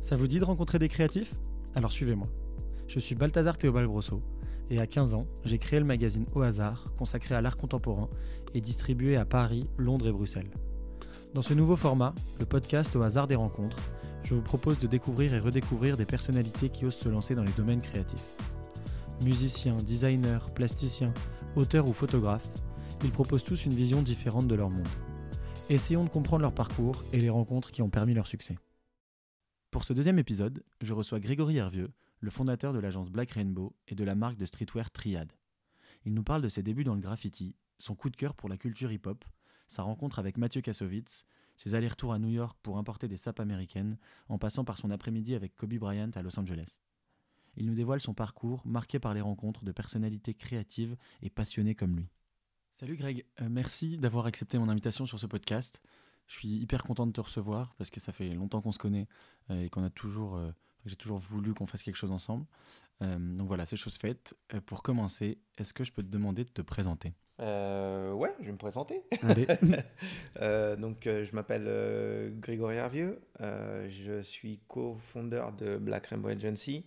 Ça vous dit de rencontrer des créatifs ? Alors suivez-moi. Je suis Balthazar Théobald Brosseau et à 15 ans, j'ai créé le magazine Au Hasard, consacré à l'art contemporain et distribué à Paris, Londres et Bruxelles. Dans ce nouveau format, le podcast Au Hasard des rencontres, je vous propose de découvrir et redécouvrir des personnalités qui osent se lancer dans les domaines créatifs. Musiciens, designers, plasticiens, auteurs ou photographes, ils proposent tous une vision différente de leur monde. Essayons de comprendre leur parcours et les rencontres qui ont permis leur succès. Pour ce deuxième épisode, je reçois Grégory Hervieux, le fondateur de l'agence Black Rainbow et de la marque de streetwear Triad. Il nous parle de ses débuts dans le graffiti, son coup de cœur pour la culture hip-hop, sa rencontre avec Mathieu Kassovitz, ses allers-retours à New York pour importer des sapes américaines, en passant par son après-midi avec Kobe Bryant à Los Angeles. Il nous dévoile son parcours marqué par les rencontres de personnalités créatives et passionnées comme lui. Salut Greg, merci d'avoir accepté mon invitation sur ce podcast. Je suis hyper content de te recevoir parce que ça fait longtemps qu'on se connaît et qu'on a toujours, j'ai toujours voulu qu'on fasse quelque chose ensemble. Donc voilà, c'est chose faite. Pour commencer, est-ce que je peux te demander de te présenter ? Ouais, je vais me présenter. Allez. Je m'appelle Grégory Hervieux. Je suis co-founder de Black Rainbow Agency.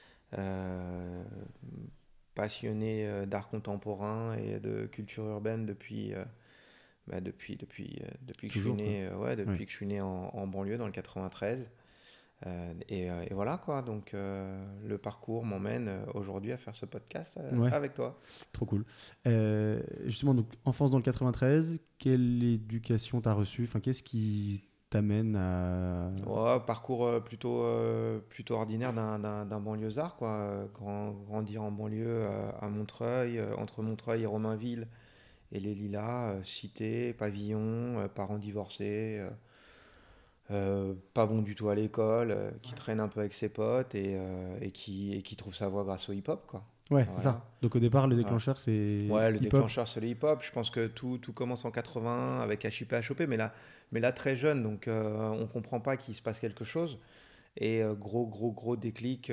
Passionné d'art contemporain et de culture urbaine depuis que je suis né, que je suis né en banlieue dans le 93. Et voilà quoi, donc le parcours m'emmène aujourd'hui à faire ce podcast avec toi. Trop cool. Justement, donc, enfance dans le 93, quelle éducation t'as reçue ? Enfin, qu'est-ce qui t'amène à... Parcours plutôt ordinaire d'un banlieusard, quoi. Grandir en banlieue à Montreuil, entre Montreuil et Romainville, et les Lilas, cité, pavillon, parents divorcés, pas bon du tout à l'école, qui traîne un peu avec ses potes et qui trouve sa voie grâce au hip-hop, quoi. Ouais, Voilà. C'est ça. Donc au départ, le déclencheur, c'est Ouais, le hip-hop. déclencheur, c'est le hip-hop. Je pense que tout commence en 80 avec HIP, HOP, mais là très jeune, donc on comprend pas qu'il se passe quelque chose. Et gros déclic,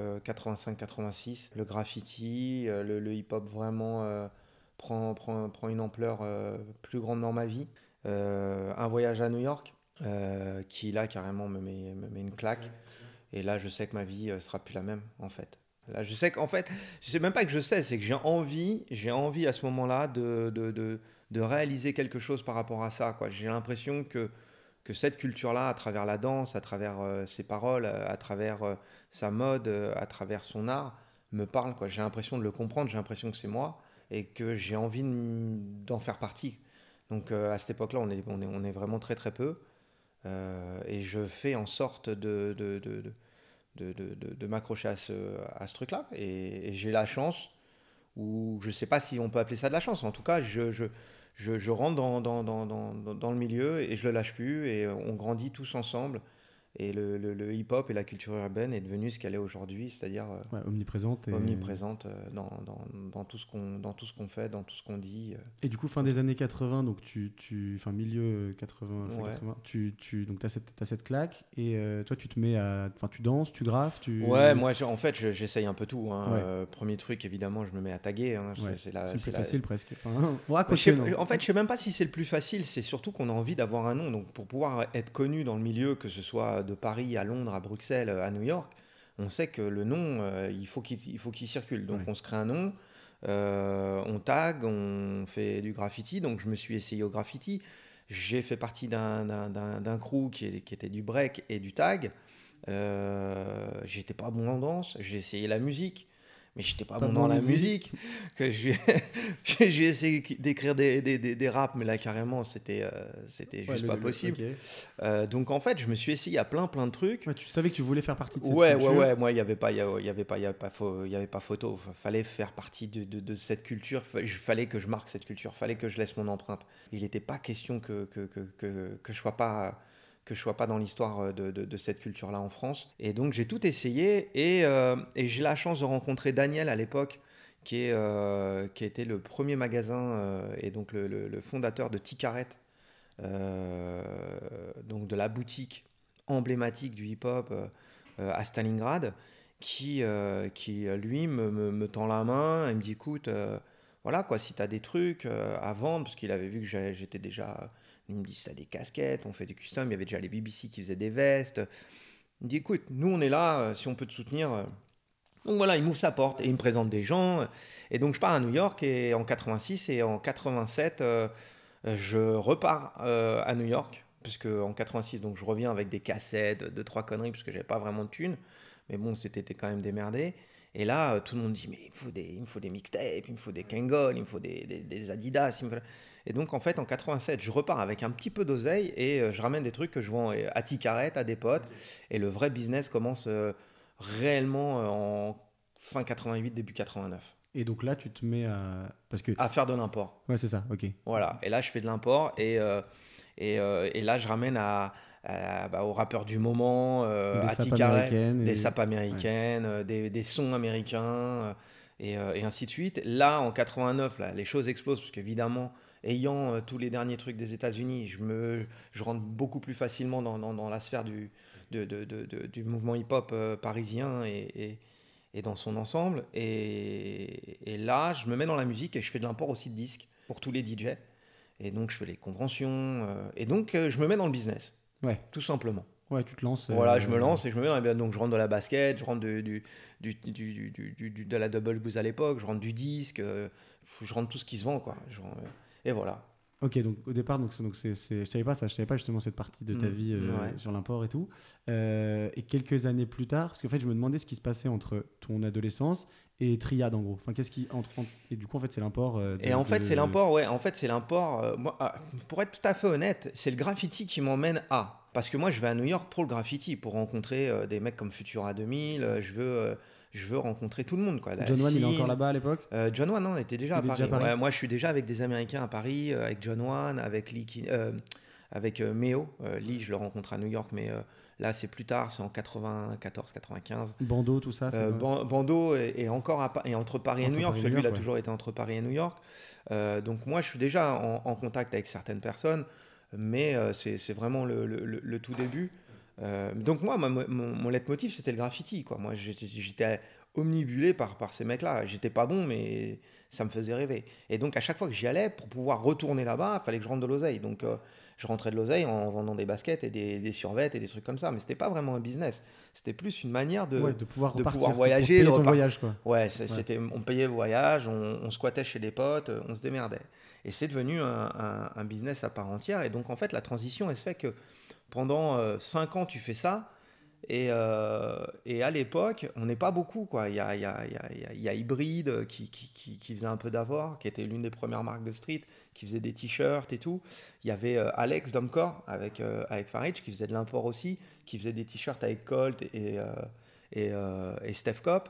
85-86, le graffiti, le hip-hop vraiment prend une ampleur plus grande dans ma vie. Un voyage à New York, qui là carrément me met une claque. Et là, je sais que ma vie sera plus la même, en fait. Là, je sais qu'en fait, je sais même pas que je sais, c'est que j'ai envie à ce moment-là de réaliser quelque chose par rapport à ça, quoi. J'ai l'impression que cette culture-là, à travers la danse, à travers ses paroles, à travers sa mode, à travers son art, me parle, quoi. J'ai l'impression de le comprendre, j'ai l'impression que c'est moi et que j'ai envie d'en faire partie. Donc à cette époque-là, on est vraiment très très peu. Et je fais en sorte de m'accrocher à ce truc-là. Et j'ai la chance, ou je ne sais pas si on peut appeler ça de la chance, en tout cas, je rentre dans le milieu et je ne le lâche plus, et on grandit tous ensemble. Et le hip-hop et la culture urbaine est devenue ce qu'elle est aujourd'hui, c'est-à-dire omniprésente dans tout ce qu'on fait, dans tout ce qu'on dit. Et du coup, fin des années 80, donc milieu 80, fin Ouais. 80, donc t'as cette claque, et toi, tu te mets à... Enfin, tu danses, tu graffes, Ouais, moi, en fait, j'essaye un peu tout. Hein. Ouais. Premier truc, évidemment, je me mets à taguer. Hein. Ouais. C'est le plus la... facile, presque. Enfin, en fait, je sais même pas si c'est le plus facile. C'est surtout qu'on a envie d'avoir un nom. Donc, pour pouvoir être connu dans le milieu, que ce soit de Paris à Londres, à Bruxelles, à New York, on sait que le nom, il faut qu'il circule. Donc, on se crée un nom, on tag, on fait du graffiti. Donc, je me suis essayé au graffiti. J'ai fait partie d'un crew qui était du break et du tag. J'étais pas bon en danse, j'ai essayé la musique, mais j'étais pas bon dans la musique. J'ai essayé d'écrire des raps, mais là carrément c'était juste pas possible. Okay. Donc en fait, je me suis essayé à plein de trucs. Ouais, tu savais que tu voulais faire partie de cette culture. Ouais. Moi, il y avait pas photo. Fallait faire partie de cette culture. Fallait que je marque cette culture. Fallait que je laisse mon empreinte. Il n'était pas question que je sois pas dans l'histoire de cette culture-là en France. Et donc, j'ai tout essayé. Et j'ai la chance de rencontrer Daniel à l'époque, qui a été le premier magasin et donc le fondateur de Ticaret, donc de la boutique emblématique du hip-hop à Stalingrad, qui lui me tend la main et me dit écoute, voilà quoi, si tu as des trucs à vendre, parce qu'il avait vu que j'étais déjà... Il me dit, si t'as des casquettes, on fait du custom. Il y avait déjà les BBC qui faisaient des vestes. Il me dit, écoute, nous, on est là, si on peut te soutenir. Donc voilà, il m'ouvre sa porte et il me présente des gens. Et donc, je pars à New York et en 86 et en 87, je repars à New York. Puisque en 86, donc, je reviens avec des cassettes, 2-3 conneries, parce que j'avais pas vraiment de thunes. Mais bon, c'était quand même démerdé. Et là, tout le monde dit, mais il me faut des mixtapes, il me faut des Kangol, il me faut des Adidas. Et donc, en fait, en 87, je repars avec un petit peu d'oseille et je ramène des trucs que je vends à Ticaret, à des potes. Et le vrai business commence réellement en fin 88, début 89. Et donc là, tu te mets à... Parce que... À faire de l'import. Ouais, c'est ça, ok. Voilà. Et là, je fais de l'import et là, je ramène aux rappeurs du moment, Des à sapes Ticaret, américaines. des sapes américaines, des sons américains, et ainsi de suite. Là, en 89, là, les choses explosent parce qu'évidemment, ayant tous les derniers trucs des États-Unis, je rentre beaucoup plus facilement dans la sphère du mouvement hip-hop parisien et dans son ensemble. Et là, je me mets dans la musique et je fais de l'import aussi de disques pour tous les DJ. Et donc, je fais les conventions. Et donc, je me mets dans le business. Ouais. Tout simplement. Ouais, tu te lances. Voilà, je me lance et je me mets. Donc, je rentre de la basket, je rentre de la double booze à l'époque, je rentre du disque, je rentre tout ce qui se vend, quoi. Et voilà. Ok, donc au départ, je savais pas ça, je savais pas justement cette partie de ta vie ouais. sur l'import et tout. Et quelques années plus tard, parce qu'en fait, je me demandais ce qui se passait entre ton adolescence et Triad en gros. Enfin, qu'est-ce qui entre et du coup, en fait, c'est l'import. Et en fait, c'est l'import. Ouais, en fait, c'est l'import. Moi, pour être tout à fait honnête, c'est le graffiti qui m'emmène à. Parce que moi, je vais à New York pour le graffiti, pour rencontrer des mecs comme Futura 2000. Je veux rencontrer tout le monde, quoi. John One, il est encore là-bas à l'époque. John One, non, il était déjà à Paris. Déjà à Paris. Ouais, moi, je suis déjà avec des Américains à Paris, avec John One, avec Lee, avec Meo. Lee, je le rencontre à New York, mais là, c'est plus tard, c'est en 94, 95. Bando, tout ça. Bando est encore et entre Paris et New York. Celui, il a toujours été entre Paris et New York. Donc moi, je suis déjà en contact avec certaines personnes, mais c'est vraiment le tout début. Donc moi, mon leitmotiv, c'était le graffiti, quoi. Moi, j'étais omnibulé par ces mecs-là. J'étais pas bon, mais ça me faisait rêver. Et donc, à chaque fois que j'y allais, pour pouvoir retourner là-bas, il fallait que je rentre de l'oseille. Donc, je rentrais de l'oseille en vendant des baskets et des survêtes et des trucs comme ça. Mais c'était pas vraiment un business. C'était plus une manière de pouvoir voyager. Payer ton voyage, quoi. Ouais, c'était, on payait le voyage, on squattait chez des potes, on se démerdait. Et c'est devenu un business à part entière. Et donc, en fait, la transition, elle se fait que pendant 5 ans, tu fais ça. Et à l'époque, on n'est pas beaucoup, quoi. Il y a Hybrid qui faisait un peu d'avoir, qui était l'une des premières marques de street, qui faisait des t-shirts et tout. Il y avait Alex Domcor avec Farage qui faisait de l'import aussi, qui faisait des t-shirts avec Colt et Steph Cop.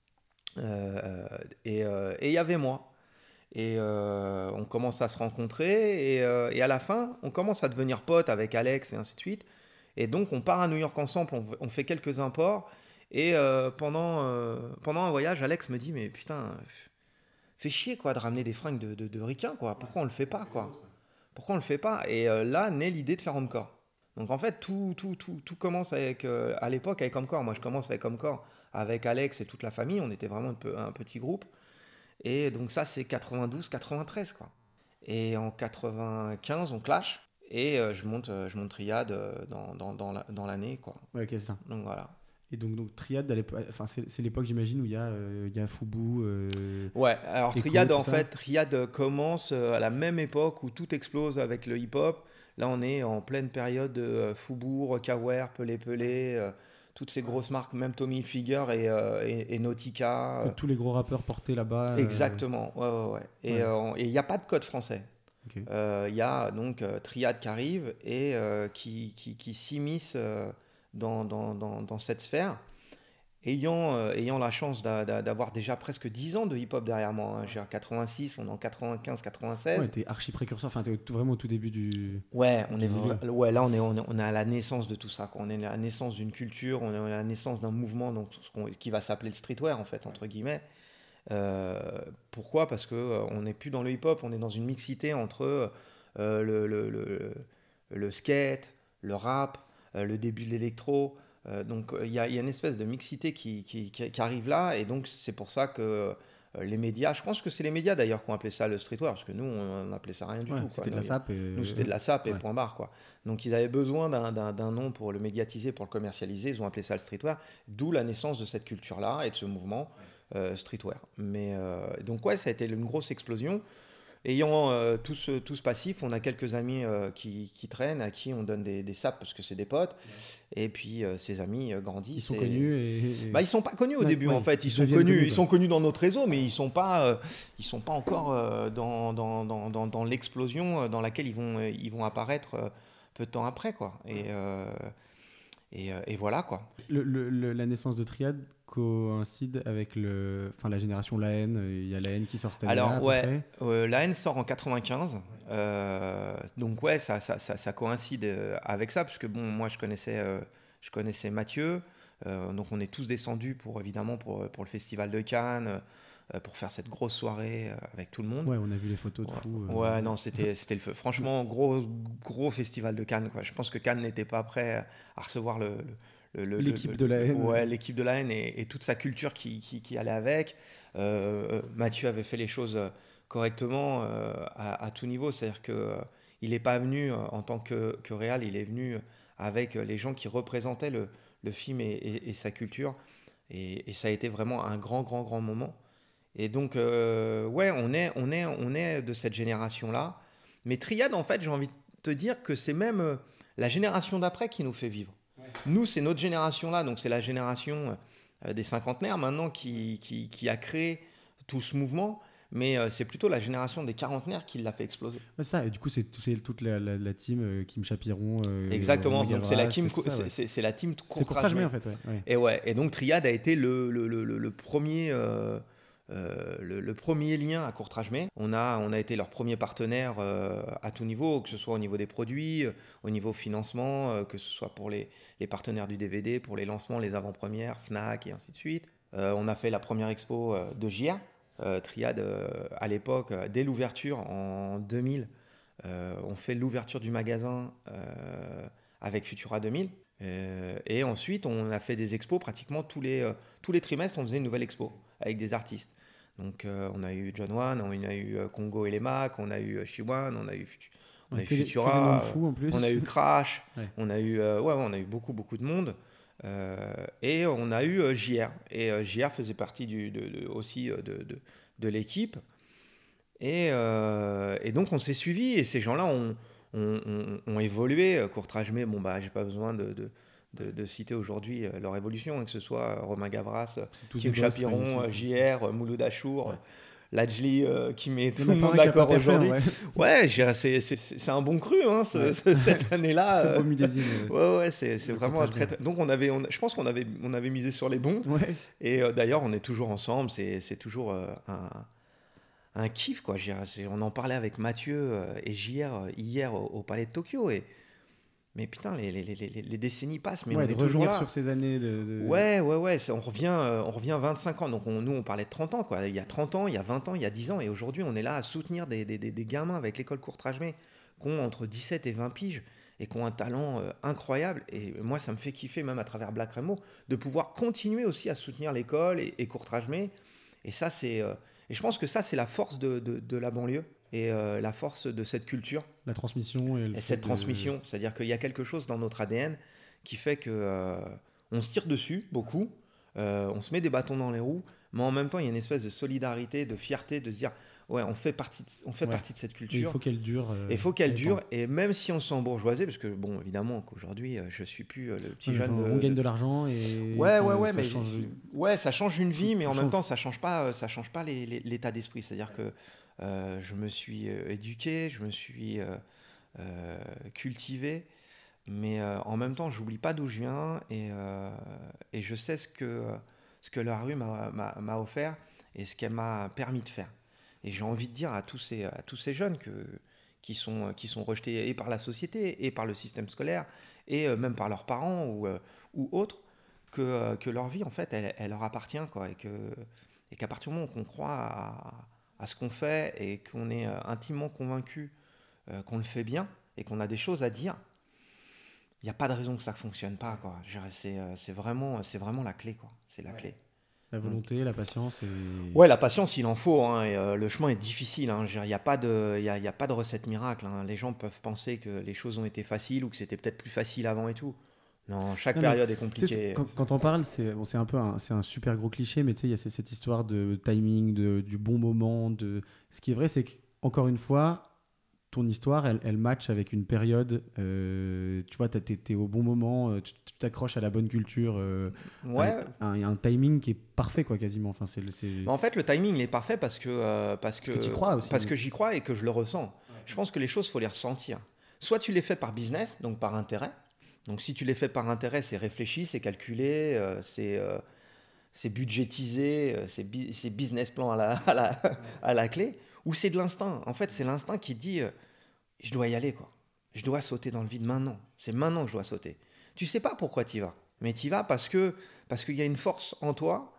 Et il y avait moi. Et on commence à se rencontrer et à la fin, on commence à devenir potes avec Alex et ainsi de suite. Et donc, on part à New York ensemble, on fait quelques imports. Et pendant un voyage, Alex me dit, mais putain, fais chier, quoi, de ramener des fringues de ricains, quoi. Pourquoi on le fait pas, quoi? Pourquoi on le fait pas? Et là, naît l'idée de faire Encore. Donc, en fait, tout commence à l'époque avec Encore. Moi, je commence avec Encore, avec Alex et toute la famille. On était vraiment un petit groupe. Et donc, ça, c'est 92, 93, quoi. Et en 95, on clash. Et je monte Triad dans l'année, quoi. Ouais, ok, c'est ça. Donc voilà. Et donc Triad, enfin, c'est l'époque, j'imagine, où il y a Fubu. Ouais, alors Echo, Triad, en ça. fait, Triad commence à la même époque où tout explose avec le hip-hop. Là, on est en pleine période de Fubu, Rockaware, Pelé Pelé, toutes ces grosses marques, même Tommy Hilfiger et Nautica. Que tous les gros rappeurs portaient là-bas. Exactement, ouais. Et il n'y a pas de code français. Okay. Y a donc Triad qui arrive et qui s'immisce dans cette sphère, ayant la chance d'avoir déjà presque 10 ans de hip-hop derrière moi. Hein. J'ai en 86, on est en 95, 96. Ouais, t'es archi précurseur, enfin t'es vraiment au tout début du... Ouais, là on est à la naissance de tout ça, quoi. On est à la naissance d'une culture, on est à la naissance d'un mouvement donc, qui va s'appeler le streetwear, en fait, entre guillemets. Pourquoi? Parce qu'on n'est plus dans le hip-hop, on est dans une mixité entre le skate, le rap, le début de l'électro. Donc il y a une espèce de mixité qui arrive là, et donc c'est pour ça que les médias. Je pense que c'est les médias d'ailleurs qui ont appelé ça le streetwear, parce que nous, on appelait ça rien du tout. C'était de la sape. Nous, c'était de la sape et ouais. point barre, quoi. Donc, ils avaient besoin d'un nom pour le médiatiser, pour le commercialiser. Ils ont appelé ça le streetwear, d'où la naissance de cette culture-là et de ce mouvement streetwear. Mais donc, ouais, ça a été une grosse explosion. Ayant tout ce passif, on a quelques amis qui traînent, à qui on donne des sapes parce que c'est des potes. Ouais. Et puis ces amis grandissent. Ils sont connus Bah, ils sont pas connus au début en fait. Ils sont connus dans notre réseau, mais ils sont pas encore dans l'explosion dans laquelle ils vont apparaître peu de temps après, quoi. Et voilà, quoi. La naissance de Triad coïncide avec la génération La Haine. Il y a La Haine qui sort cette année-là. Alors, ouais, La Haine sort en 95. Donc, ouais, ça coïncide avec ça, parce que bon, moi, je connaissais Mathieu. Donc, on est tous descendus évidemment pour le Festival de Cannes, pour faire cette grosse soirée avec tout le monde. Ouais, on a vu les photos de fou. Ouais, non, c'était le feu. Franchement, gros Festival de Cannes, quoi. Je pense que Cannes n'était pas prêt à recevoir l'équipe de La Haine. Ouais, l'équipe de La Haine et toute sa culture qui allait avec. Mathieu avait fait les choses correctement à tout niveau. C'est-à-dire qu'il n'est pas venu en tant que réal, il est venu avec les gens qui représentaient le film et sa culture. Et ça a été vraiment un grand moment. Et donc, ouais, on est de cette génération-là. Mais Triad, en fait, j'ai envie de te dire que c'est même la génération d'après qui nous fait vivre. Ouais. Nous, c'est notre génération-là, donc c'est la génération des cinquantenaires maintenant qui a créé tout ce mouvement. Mais c'est plutôt la génération des quarantenaires qui l'a fait exploser. C'est ça, et du coup, c'est toute la team Kim Chapiron. Exactement, donc c'est la team Courtrage Mé en fait. Ouais. Et donc Triad a été le premier. Le premier lien à Courtrage Mé. On a été leur premier partenaire à tout niveau, que ce soit au niveau des produits, au niveau financement, que ce soit pour les partenaires du DVD, pour les lancements, les avant-premières, Fnac et ainsi de suite. On a fait la première expo de JR, Triad à l'époque, dès l'ouverture en 2000. On fait l'ouverture du magasin avec Futura 2000. Et ensuite, on a fait des expos pratiquement tous les trimestres. On faisait une nouvelle expo avec des artistes. Donc, on a eu John One, on a eu Congo et les Mac, on a eu Shiwan, on a eu Futura, on a eu Crash, ouais. On a eu beaucoup de monde. Et on a eu JR. Et JR faisait partie aussi de l'équipe. Et donc, on s'est suivis. Et ces gens-là ont évolué. Courtrage Mé, bon, bah, j'ai pas besoin de citer aujourd'hui leur évolution, que ce soit Romain Gavras, Kim Chapiron, JR, Mouloud Achour, ouais. Lajli qui met tout le monde d'accord aujourd'hui. Ouais, c'est un bon cru cette année-là. C'est un bon millésime. Ouais, c'est vraiment très. Donc je pense qu'on avait misé sur les bons. Ouais. Et d'ailleurs, on est toujours ensemble. C'est toujours un kiff, quoi. On en parlait avec Mathieu et JR hier au Palais de Tokyo. Mais putain, les décennies passent, mais on est toujours là. Sur ces années Ouais, on revient 25 ans. Donc nous, on parlait de 30 ans, quoi. Il y a 30 ans, il y a 20 ans, il y a 10 ans. Et aujourd'hui, on est là à soutenir des gamins avec l'école Courtrage Mé qui ont entre 17 et 20 piges et qui ont un talent incroyable. Et moi, ça me fait kiffer, même à travers Black Remo, de pouvoir continuer aussi à soutenir l'école et Courtrage Mé. Et ça, et je pense que ça, c'est la force de la banlieue. Et la force de cette culture. La transmission. Et cette transmission. C'est-à-dire qu'il y a quelque chose dans notre ADN qui fait qu'on se tire dessus beaucoup, on se met des bâtons dans les roues, mais en même temps, il y a une espèce de solidarité, de fierté, de se dire, ouais, on fait partie de cette culture. Et il faut qu'elle dure. Il faut qu'elle dure, et même si on s'en bourgeoisie, parce que, bon, évidemment, qu'aujourd'hui, je ne suis plus le petit jeune... On gagne de l'argent et... Ouais, mais ça change une vie, mais en même temps, ça change pas l'état d'esprit. C'est-à-dire que je me suis éduqué, je me suis cultivé, mais en même temps, j'oublie pas d'où je viens et je sais ce que la rue m'a offert et ce qu'elle m'a permis de faire. Et j'ai envie de dire à tous ces jeunes qui sont rejetés et par la société et par le système scolaire et même par leurs parents ou autres, que leur vie, en fait, elle leur appartient, quoi, et qu'à partir du moment qu'on croit à ce qu'on fait et qu'on est intimement convaincu qu'on le fait bien et qu'on a des choses à dire, il n'y a pas de raison que ça ne fonctionne pas, quoi. C'est vraiment la clé, quoi. C'est la clé. La volonté, la patience et... Ouais, la patience, il en faut, hein, et, le chemin est difficile, hein. Je veux dire, il n'y a pas de, il y a pas de recette miracle, hein. Les gens peuvent penser que les choses ont été faciles ou que c'était peut-être plus facile avant et tout. Non, chaque Non, mais période est tu sais, compliquée. quand on parle, c'est un peu c'est un super gros cliché, mais tu sais, il y a cette histoire de timing, du bon moment. Ce qui est vrai, c'est qu'encore une fois, ton histoire, elle match avec une période. Tu vois, t'es au bon moment, tu t'accroches à la bonne culture, Ouais, il y a un timing qui est parfait, quoi, quasiment. Enfin, mais en fait, le timing, il est parfait parce que tu y crois aussi. parce que j'y crois et que je le ressens. Je pense que les choses, faut les ressentir. Soit tu les fais par business, donc par intérêt. Donc si tu les fais par intérêt, c'est réfléchi, c'est calculé, c'est budgétisé, c'est business plan à la clé. Ou c'est de l'instinct. En fait, c'est l'instinct qui dit je dois y aller, quoi. Je dois sauter dans le vide maintenant. C'est maintenant que je dois sauter. Tu sais pas pourquoi tu y vas, mais tu y vas parce qu'il y a une force en toi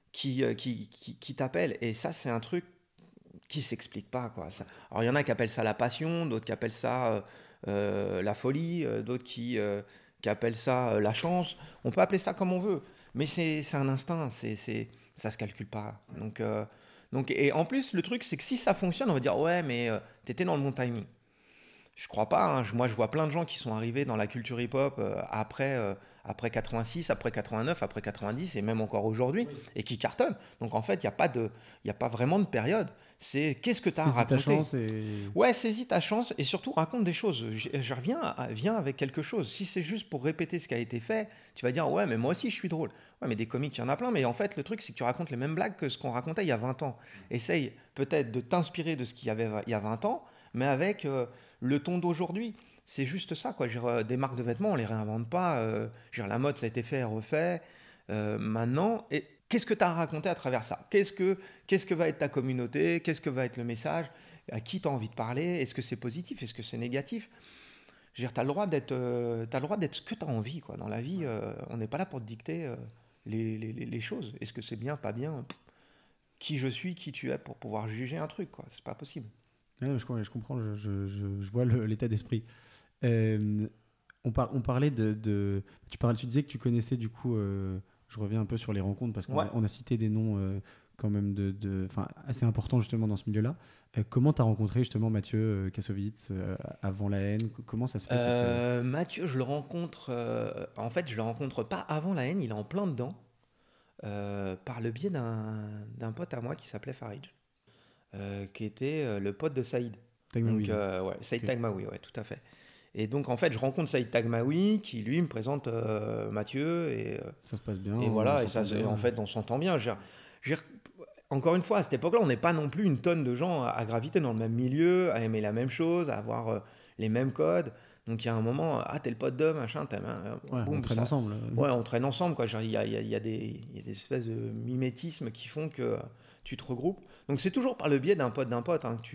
qui t'appelle. Et ça, c'est un truc qui s'explique pas, quoi. Alors, il y en a qui appellent ça la passion, d'autres qui appellent ça la folie, d'autres qui appellent ça la chance. On peut appeler ça comme on veut, mais c'est un instinct, ça se calcule pas. Et en plus, le truc, c'est que si ça fonctionne, on va dire ouais, mais t'étais dans le bon timing. Je crois pas, hein. Moi, je vois plein de gens qui sont arrivés dans la culture hip-hop après 86, après 89, après 90 et même encore aujourd'hui et qui cartonnent. Donc en fait, il y a pas vraiment de période. C'est qu'est-ce que tu as à Saisis ta raconter. chance et... Ouais, saisis ta chance et surtout raconte des choses. Je reviens viens avec quelque chose. Si c'est juste pour répéter ce qui a été fait, tu vas dire ouais, mais moi aussi je suis drôle. Ouais, mais des comiques, il y en a plein. Mais en fait, le truc, c'est que tu racontes les mêmes blagues que ce qu'on racontait il y a 20 ans. Essaye peut-être de t'inspirer de ce qu'il y avait il y a 20 ans, mais avec le ton d'aujourd'hui. C'est juste ça, quoi. Des marques de vêtements, on les réinvente pas. La mode, ça a été fait et refait. Maintenant, et qu'est-ce que tu as à raconter à travers ça? Qu'est-ce que va être ta communauté? Qu'est-ce que va être le message? À qui tu as envie de parler? Est-ce que c'est positif? Est-ce que c'est négatif? Tu as le droit d'être ce que tu as envie, quoi. Dans la vie, on n'est pas là pour te dicter les choses. Est-ce que c'est bien, pas bien? Qui je suis, qui tu es pour pouvoir juger un truc, quoi. C'est pas possible. Ouais, je comprends, je vois l'état d'esprit. Euh, on parlait tu disais que tu connaissais du coup, je reviens un peu sur les rencontres parce qu'on Ouais. on a cité des noms quand même assez importants justement dans ce milieu-là. Comment tu as rencontré justement Mathieu Kassovitz avant la haine? Comment ça se fait Mathieu, je le rencontre. En fait, je le rencontre pas avant la haine, il est en plein dedans, par le biais d'un pote à moi qui s'appelait Farid, qui était le pote de Saïd. Tagmaoui, Donc, ouais, Saïd ok. Tagmaoui, ouais, tout à fait. Et donc, en fait, je rencontre Saïd Tagmaoui qui, lui, me présente Mathieu. Ça se passe bien, Et on voilà, et s'entend ça, bien. en fait, on s'entend bien. Je veux dire, encore une fois, à cette époque-là, on n'est pas non plus une tonne de gens à graviter dans le même milieu, à aimer la même chose, à avoir les mêmes codes. Donc, il y a un moment, ah, t'es le pote de machin, Ouais, on boum, traîne ça. ensemble. Ouais, on traîne ensemble, quoi. Genre, il y a des espèces de mimétismes qui font que tu te regroupes. Donc, c'est toujours par le biais d'un pote hein,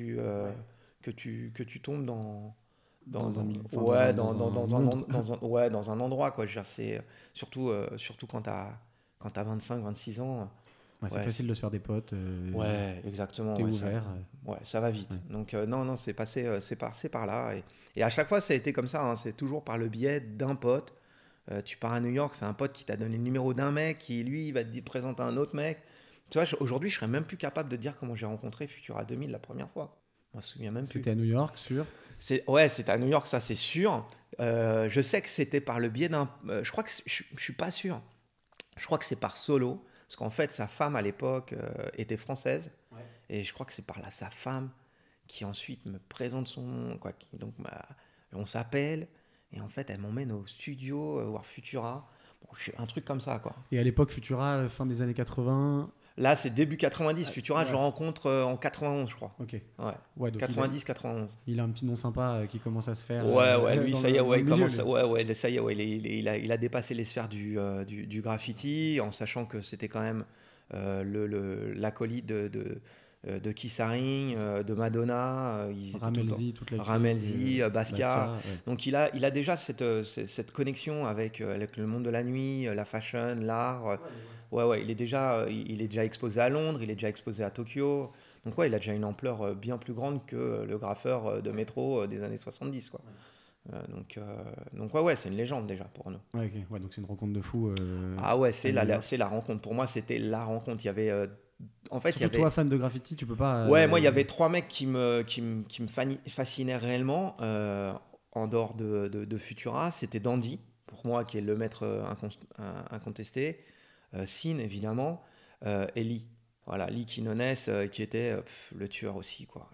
que tu tombes Dans un milieu, enfin, ouais, dans un monde. ouais, dans un endroit, quoi. Je veux dire, c'est surtout quand t'as 26 ans. Ouais, c'est Ouais, facile de se faire des potes. ouais, exactement. T'es Ouais, ouvert. ouais, ça va vite. Ouais. Donc, non, non, c'est par là. Et à chaque fois, ça a été comme ça, hein. C'est toujours par le biais d'un pote. Tu pars à New York, c'est un pote qui t'a donné le numéro d'un mec qui, lui, va te présenter un autre mec. Tu vois, aujourd'hui, je serais même plus capable de dire comment j'ai rencontré Futura 2000 la première fois. Je m'en souviens même plus. C'était à New York, sûr. Ouais, c'était à New York, ça c'est sûr. Je sais que c'était par le biais d'un. Je crois que je suis pas sûr. Je crois que c'est par Solo, parce qu'en fait sa femme à l'époque était française, Ouais. et je crois que c'est par là sa femme qui ensuite me présente son nom, quoi. Donc on s'appelle, et en fait elle m'emmène au studio voir Futura. Bon, un truc comme ça, quoi. Et à l'époque, Futura, fin des années 80. Là c'est début 90, Futura je Ouais. le rencontre en 91, je crois. Ok. Ouais, Ouais, donc 90-91. il a un petit nom sympa qui commence à se faire Ouais, ouais, lui, dans ça y est, dans ouais, le il milieu. commence, Lui. ouais, ouais, ça y est, ouais, il a dépassé les sphères du graffiti, en sachant que c'était quand même l'acolyte de Keith Haring, de Madonna, ils étaient tout le temps. Ramelzi, toute la Ramelzi, Basquiat. Ouais. Donc il a déjà cette connexion avec le monde de la nuit, la fashion, l'art. Ouais, ouais, il est déjà exposé à Londres, il est déjà exposé à Tokyo. Donc ouais, il a déjà une ampleur bien plus grande que le graffeur de métro des années 70, quoi. Donc ouais, c'est une légende déjà pour nous. Ouais, ok. Ouais, donc c'est une rencontre de fou. Ah ouais, à New York. c'est la rencontre. Pour moi, c'était la rencontre. Il y avait, en fait, il y Surtout avait, toi, fan de graffiti, tu peux pas. ouais, moi, il y avait trois mecs qui me fascinaient réellement, en dehors de Futura. C'était Dandy, pour moi, qui est le maître incontesté. Sin, évidemment, et Lee. Voilà, Lee Quinones, qui était le tueur aussi, quoi.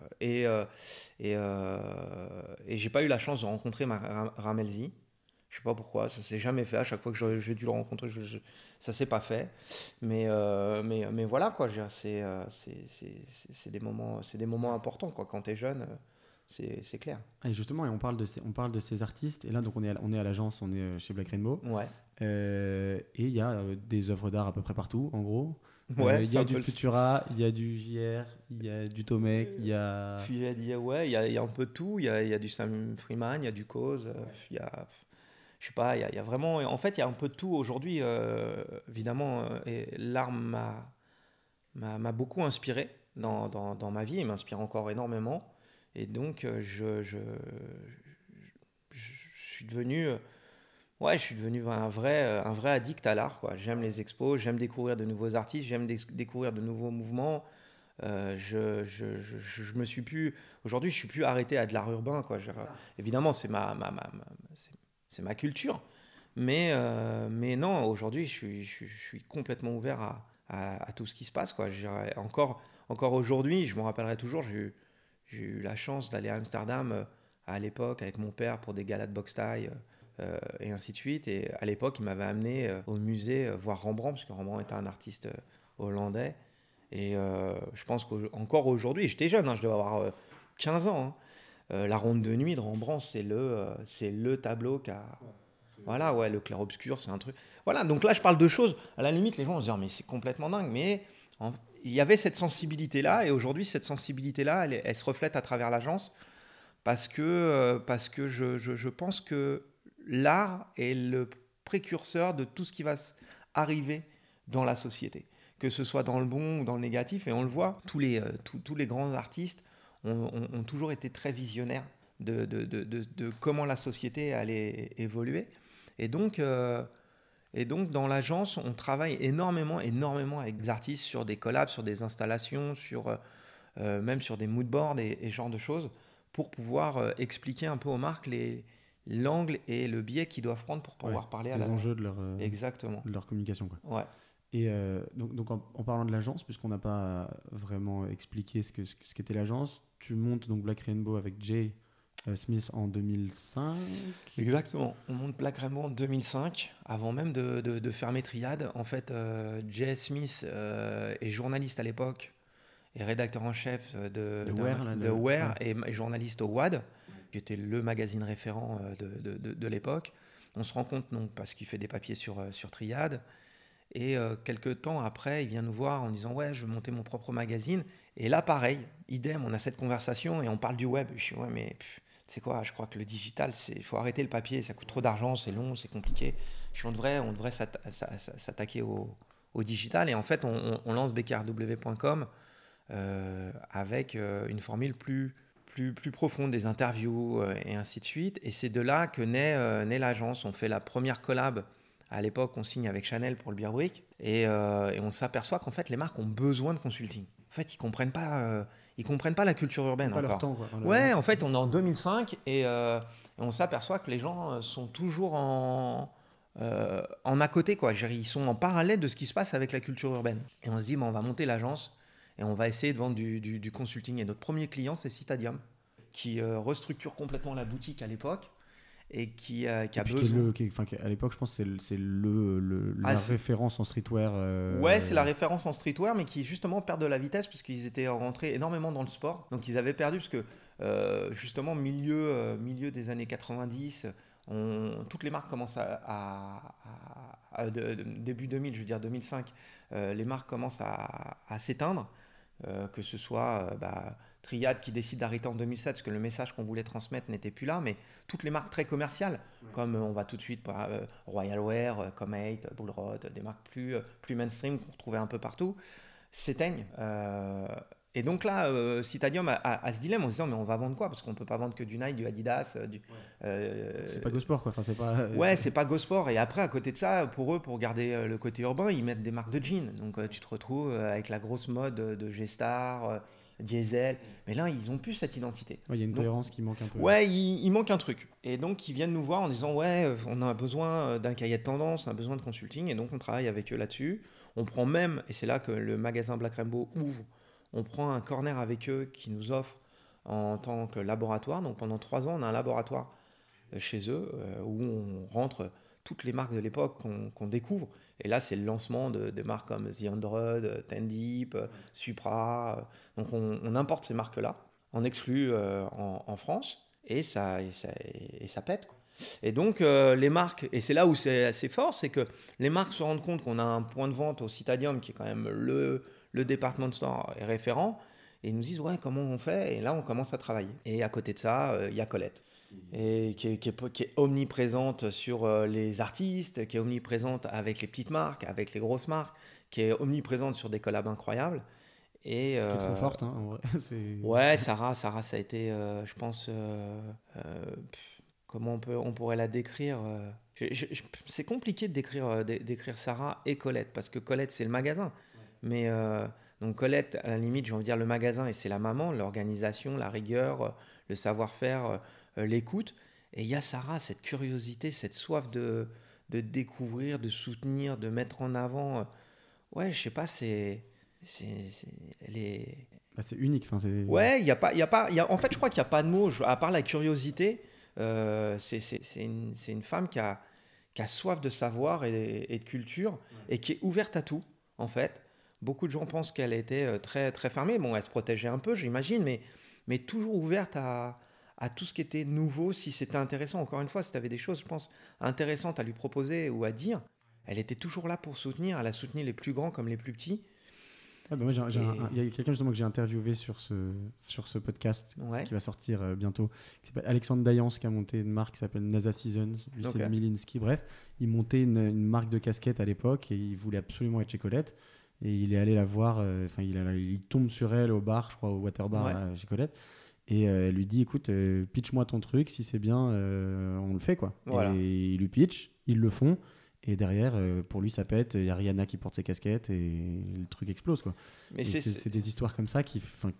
Et j'ai pas eu la chance de rencontrer Ramelzi. Je sais pas pourquoi, ça s'est jamais fait. À chaque fois que j'ai dû le rencontrer, ça s'est pas fait. Mais voilà, quoi. C'est des moments importants, quoi. Quand tu es jeune, c'est clair. Et justement, et on parle de ces artistes. Et là, donc on est à l'agence, on est chez Black Rainbow. Ouais, Et il y a des œuvres d'art à peu près partout, en gros. ouais, Il y c'est a un du peu Futura, il y a du JR, il y a du Tomek, il y a. Puis il y a un peu de tout. Il y a du Sam Freeman, il y a du Cause, il y a, je sais pas, il y a vraiment. En fait, il y a un peu de tout aujourd'hui. Évidemment, et l'art m'a beaucoup inspiré dans ma vie. Il m'inspire encore énormément. Et donc, je suis devenu. Ouais, je suis devenu un vrai addict à l'art, quoi. J'aime les expos, j'aime découvrir de nouveaux artistes, j'aime découvrir de nouveaux mouvements. Je me suis plus. Aujourd'hui, je suis plus arrêté à de l'art urbain, quoi. Évidemment, c'est ma culture. Mais non, aujourd'hui, je suis complètement ouvert à tout ce qui se passe, quoi. Encore aujourd'hui, je me rappellerai toujours, j'ai eu la chance d'aller à Amsterdam, à l'époque avec mon père pour des galas de boxe thaï, et ainsi de suite. Et à l'époque, il m'avait amené au musée, voir Rembrandt, parce que Rembrandt était un artiste hollandais. Et je pense qu'encore aujourd'hui, j'étais jeune, hein, je devais avoir 15 ans, hein. La ronde de nuit de Rembrandt, c'est le tableau qui a. Voilà, ouais, le clair-obscur, c'est un truc. Voilà, donc là, je parle de choses. À la limite, les gens vont se dire, mais c'est complètement dingue. Mais il y avait cette sensibilité-là, et aujourd'hui, cette sensibilité-là, elle se reflète à travers l'agence, parce que je pense que l'art est le précurseur de tout ce qui va arriver dans la société, que ce soit dans le bon ou dans le négatif. Et on le voit, tous les grands artistes ont toujours été très visionnaires de comment la société allait évoluer. Et donc, euh, et donc dans l'agence, on travaille énormément, énormément avec des artistes sur des collabs, sur des installations, même sur des moodboards et ce genre de choses, pour pouvoir expliquer un peu aux marques l'angle et le biais qu'ils doivent prendre pour Ouais, pouvoir parler à les la. enjeux Exactement. de leur communication, quoi. Ouais. Et donc en parlant de l'agence, puisqu'on n'a pas vraiment expliqué ce qu'était l'agence, tu montes donc Black Rainbow avec Jay Smith en 2005. Exactement. On monte Black Rainbow en 2005, avant même de fermer Triad. En fait, Jay Smith est journaliste à l'époque et rédacteur en chef de Wear, ouais. et journaliste au WAD, qui était le magazine référent de l'époque. On se rend compte, donc, parce qu'il fait des papiers sur Triad. Et quelques temps après, il vient nous voir en disant, ouais, je veux monter mon propre magazine. Et là, pareil, idem, on a cette conversation et on parle du web. Je dis, ouais, mais tu sais quoi, je crois que le digital, il faut arrêter le papier, ça coûte trop d'argent, c'est long, c'est compliqué. Je dis, on devrait s'attaquer au digital. Et en fait, on lance bkrw.com, avec une formule plus profonde, des interviews, et ainsi de suite. Et c'est de là que naît l'agence. On fait la première collab. À l'époque, on signe avec Chanel pour le Beer Brick, et on s'aperçoit qu'en fait, les marques ont besoin de consulting. En fait, ils comprennent pas la culture urbaine Pas encore. leur temps, quoi. Enfin, Ouais, en fait, on est en 2005, et on s'aperçoit que les gens sont toujours en à côté, quoi. Je veux dire, ils sont en parallèle de ce qui se passe avec la culture urbaine. Et on se dit, bon, on va monter l'agence et on va essayer de vendre du consulting. Et notre premier client, c'est Citadium, qui restructure complètement la boutique à l'époque, et qui a besoin. À l'époque, je pense que c'est Ah, la référence en streetwear. Ouais, c'est la référence en streetwear, mais qui justement perdent de la vitesse parce qu'ils étaient rentrés énormément dans le sport. Donc ils avaient perdu parce que justement milieu des années 90, toutes les marques commencent début 2000, je veux dire 2005, les marques commencent à s'éteindre, que ce soit Triad qui décide d'arrêter en 2007 parce que le message qu'on voulait transmettre n'était plus là, mais toutes les marques très commerciales, comme on va tout de suite par Royal Wear, Comate, Bullrod, des marques plus mainstream qu'on retrouvait un peu partout, s'éteignent. Et donc là, Citadium a ce dilemme en se disant, mais on va vendre quoi? Parce qu'on ne peut pas vendre que du Nike, du Adidas. C'est pas Go Sport, quoi. Enfin, c'est pas. Ouais, c'est pas Go Sport. Et après, à côté de ça, pour eux, pour garder le côté urbain, ils mettent des marques de jeans. Donc tu te retrouves avec la grosse mode de G-Star, Diesel. Mais là, ils ont plus cette identité. Ouais, il y a une Donc, cohérence qui manque un peu. ouais, il manque un truc. Et donc, ils viennent nous voir en disant, ouais, on a besoin d'un cahier de tendance, on a besoin de consulting. Et donc, on travaille avec eux là-dessus. On prend même, et c'est là que le magasin Black Rainbow ouvre, on prend un corner avec eux qui nous offre en tant que laboratoire. Donc, pendant 3 ans, on a un laboratoire chez eux où on rentre toutes les marques de l'époque qu'on découvre. Et là, c'est le lancement de marques comme The Android, Ten Deep, Supra. Donc, on importe ces marques-là, en exclut en France, et ça pète, quoi. Et donc, les marques, et c'est là où c'est assez fort, c'est que les marques se rendent compte qu'on a un point de vente au Citadium qui est quand même le department store est référent, et ils nous disent, ouais, comment on fait? Et là, on commence à travailler. Et à côté de ça, il y a Colette, et qui est omniprésente sur les artistes, qui est omniprésente avec les petites marques, avec les grosses marques, qui est omniprésente sur des collabs incroyables. Et, Qui est trop forte, hein, en vrai. ouais, Sarah, ça a été, je pense, comment on pourrait la décrire c'est compliqué de décrire Sarah et Colette, parce que Colette, c'est le magasin. Mais donc Colette, à la limite, j'ai envie de dire le magasin, et c'est la maman, l'organisation, la rigueur, le savoir-faire, l'écoute. Et il y a Sarah, cette curiosité, cette soif de découvrir, de soutenir, de mettre en avant. Ouais, je sais pas, elle est... Bah, c'est unique. Enfin, c'est... Ouais, en fait, je crois qu'il n'y a pas de mots, à part la curiosité. C'est une femme qui a soif de savoir et de culture, et qui est ouverte à tout, en fait. Beaucoup de gens pensent qu'elle était très, très fermée. Bon, elle se protégeait un peu, j'imagine, mais toujours ouverte à tout ce qui était nouveau, si c'était intéressant. Encore une fois, si tu avais des choses, je pense, intéressantes à lui proposer ou à dire, elle était toujours là pour soutenir. Elle a soutenu les plus grands comme les plus petits. Ah bah moi, il y a quelqu'un justement que j'ai interviewé sur ce podcast Ouais. qui va sortir bientôt, qui s'appelle Alexandre Dayance, qui a monté une marque qui s'appelle NASA Seasons. Lui, Ok. c'est Milinski. Bref, il montait une marque de casquettes à l'époque et il voulait absolument être chez Colette. Et il est allé la voir, il tombe sur elle au bar, je crois, au water bar Ouais. chez Colette. Et elle lui dit, écoute, pitch-moi ton truc, si c'est bien, on le fait, quoi. Voilà. Et il lui pitch, ils le font. Et derrière, pour lui, ça pète. Il y a Rihanna qui porte ses casquettes et le truc explose, quoi. Mais Et c'est des histoires comme ça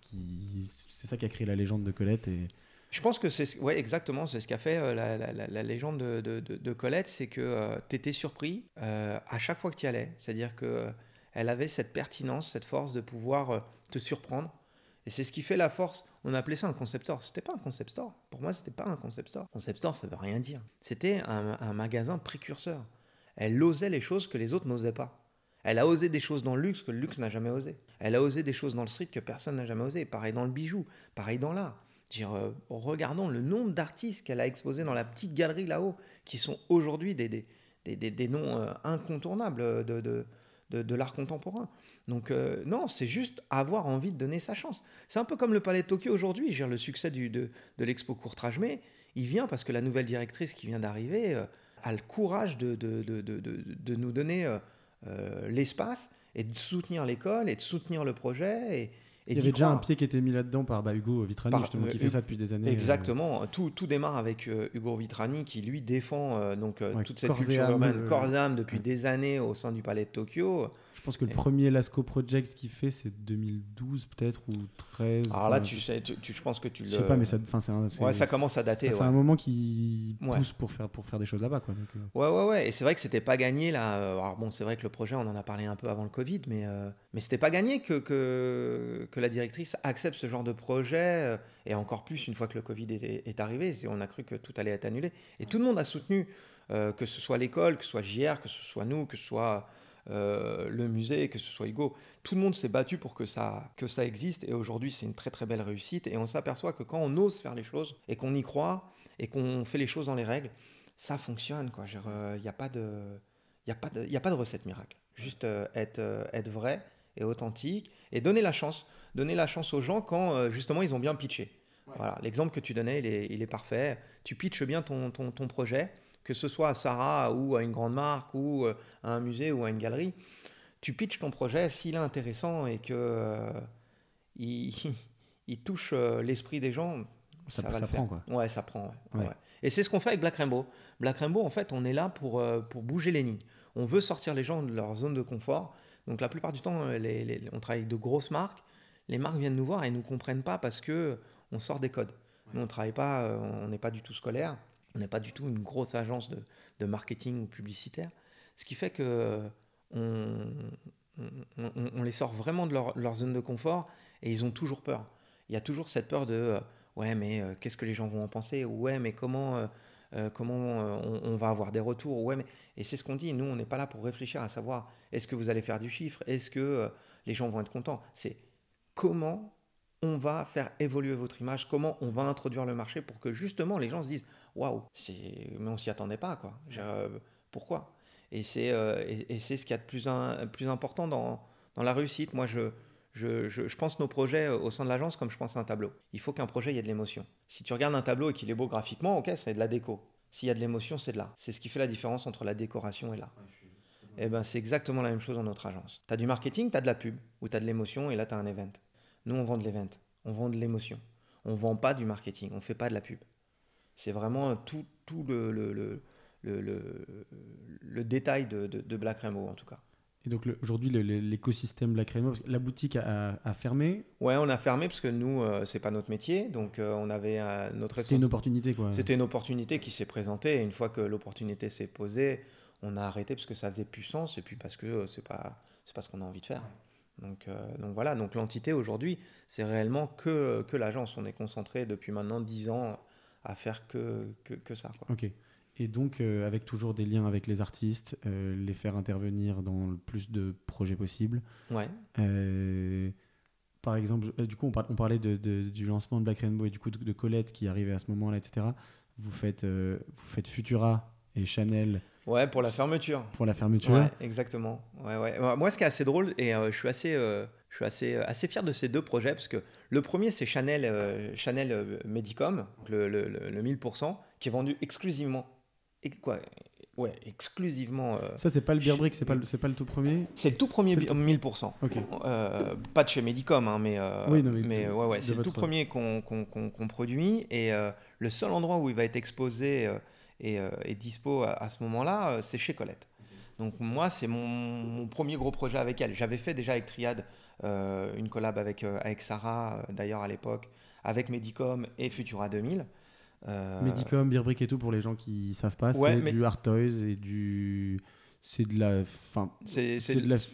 c'est ça qui a créé la légende de Colette. Et je pense que ouais, exactement, c'est ce qu'a fait la légende de Colette, c'est que tu étais surpris à chaque fois que tu y allais. C'est-à-dire que elle avait cette pertinence, cette force de pouvoir te surprendre. Et c'est ce qui fait la force. On appelait ça un concept store. C'était pas un concept store. Pour moi, c'était pas un concept store. Concept store, ça veut rien dire. C'était un magasin précurseur. Elle osait les choses que les autres n'osaient pas. Elle a osé des choses dans le luxe que le luxe n'a jamais osé. Elle a osé des choses dans le street que personne n'a jamais osé. Pareil dans le bijou, pareil dans l'art. Regardons le nombre d'artistes qu'elle a exposés dans la petite galerie là-haut, qui sont aujourd'hui des noms incontournables de l'art contemporain. Donc non, c'est juste avoir envie de donner sa chance. C'est un peu comme le Palais de Tokyo aujourd'hui. Le succès de l'expo Courtrajmé, il vient parce que la nouvelle directrice qui vient d'arriver a le courage de nous donner l'espace et de soutenir l'école et de soutenir le projet. Et il y avait déjà un pied qui était mis là-dedans par Hugo Vitrani, justement, qui fait ça depuis des années. Exactement. Tout démarre avec Hugo Vitrani qui, lui, défend toute cette corps et culture âme, urbaine, corps et âme, depuis des années au sein du Palais de Tokyo. Je pense que le premier Lascaux Project qu'il fait, c'est 2012 peut-être, ou 13. Alors là, je pense que tu le... Je sais pas, mais ça commence à dater. Ça fait un moment qu'il pousse pour faire des choses là-bas, quoi. Donc, Ouais. Et c'est vrai que c'était pas gagné, là. Alors bon, c'est vrai que le projet, on en a parlé un peu avant le Covid, mais c'était pas gagné que la directrice accepte ce genre de projet, et encore plus une fois que le Covid est arrivé. On a cru que tout allait être annulé. Et tout le monde a soutenu, que ce soit l'école, que ce soit JR, que ce soit nous, que ce soit... le musée, que ce soit Hugo, tout le monde s'est battu pour que ça existe, et aujourd'hui c'est une très très belle réussite, et on s'aperçoit que quand on ose faire les choses et qu'on y croit et qu'on fait les choses dans les règles, ça fonctionne, quoi. Il n'y a pas de recette miracle, juste être vrai et authentique et donner la chance aux gens quand justement ils ont bien pitché. Voilà, l'exemple que tu donnais, il est parfait. Tu pitches bien ton projet, que ce soit à Sarah ou à une grande marque ou à un musée ou à une galerie. Tu pitches ton projet, s'il est intéressant et que il, il touche l'esprit des gens, Ça va le prend, faire. quoi. Ouais, ça prend. Ouais. Ouais. Ouais. Et c'est ce qu'on fait avec Black Rainbow. Black Rainbow, en fait, on est là pour bouger les lignes. On veut sortir les gens de leur zone de confort. Donc la plupart du temps, on travaille avec de grosses marques. Les marques viennent nous voir et ne nous comprennent pas parce que on sort des codes. Nous, on travaille pas, on n'est pas du tout scolaire. On n'est pas du tout une grosse agence de marketing ou publicitaire. Ce qui fait que on les sort vraiment de leur zone de confort et ils ont toujours peur. Il y a toujours cette peur de ouais, mais qu'est-ce que les gens vont en penser? Ouais, mais comment on va avoir des retours? Ouais, mais... Et c'est ce qu'on dit, nous, on n'est pas là pour réfléchir à savoir est-ce que vous allez faire du chiffre? Est-ce que les gens vont être contents? C'est comment on va faire évoluer votre image, comment on va introduire le marché pour que justement les gens se disent waouh, mais on s'y attendait pas, quoi. Pourquoi? Et c'est ce qu'il y a de plus important dans la réussite. Moi, je pense nos projets au sein de l'agence comme je pense à un tableau. Il faut qu'un projet, il y ait de l'émotion. Si tu regardes un tableau et qu'il est beau graphiquement, ok, c'est de la déco. S'il y a de l'émotion, c'est de l'art. C'est ce qui fait la différence entre la décoration et l'art. Et ben, c'est exactement la même chose dans notre agence. Tu as du marketing, tu as de la pub, ou tu as de l'émotion, et là, tu as un event. Nous, on vend de l'event, on vend de l'émotion. On ne vend pas du marketing, on ne fait pas de la pub. C'est vraiment tout le détail de Black Rainbow, en tout cas. Et donc aujourd'hui, l'écosystème Black Rainbow, la boutique a fermé. Ouais, on a fermé parce que nous, c'est pas notre métier, donc on avait notre C'était une opportunité, quoi. C'était une opportunité qui s'est présentée, et une fois que l'opportunité s'est posée, on a arrêté parce que ça faisait plus sens, et puis parce que c'est pas ce qu'on a envie de faire. Donc voilà, donc l'entité aujourd'hui, c'est réellement que l'agence. On est concentré depuis maintenant 10 ans à faire que ça, quoi. Ok. Et donc, avec toujours des liens avec les artistes, les faire intervenir dans le plus de projets possibles. Ouais. Par exemple, du coup, on parlait du lancement de Black Rainbow et du coup de Colette qui arrivait à ce moment-là, etc. Vous faites Futura et Chanel. Ouais, pour la fermeture. Pour la fermeture. Ouais, exactement. Ouais. Moi, ce qui est assez drôle, et je suis assez fier de ces deux projets, parce que le premier, c'est Chanel Medicom, le 1000%, qui est vendu exclusivement. Exclusivement. Ça, c'est pas le Beer Brick, c'est pas le tout premier. C'est le tout premier 1000%. Ok. Pas de chez Medicom, hein, mais ouais, c'est le tout premier qu'on produit, et le seul endroit où il va être exposé et dispo à ce moment-là, c'est chez Colette. Donc moi, c'est mon premier gros projet avec elle. J'avais fait déjà avec Triad une collab avec Sarah, d'ailleurs à l'époque, avec Medicom et Futura 2000. Medicom, Beer Brick et tout, pour les gens qui savent pas, c'est du Art Toys et du... C'est de la... C'est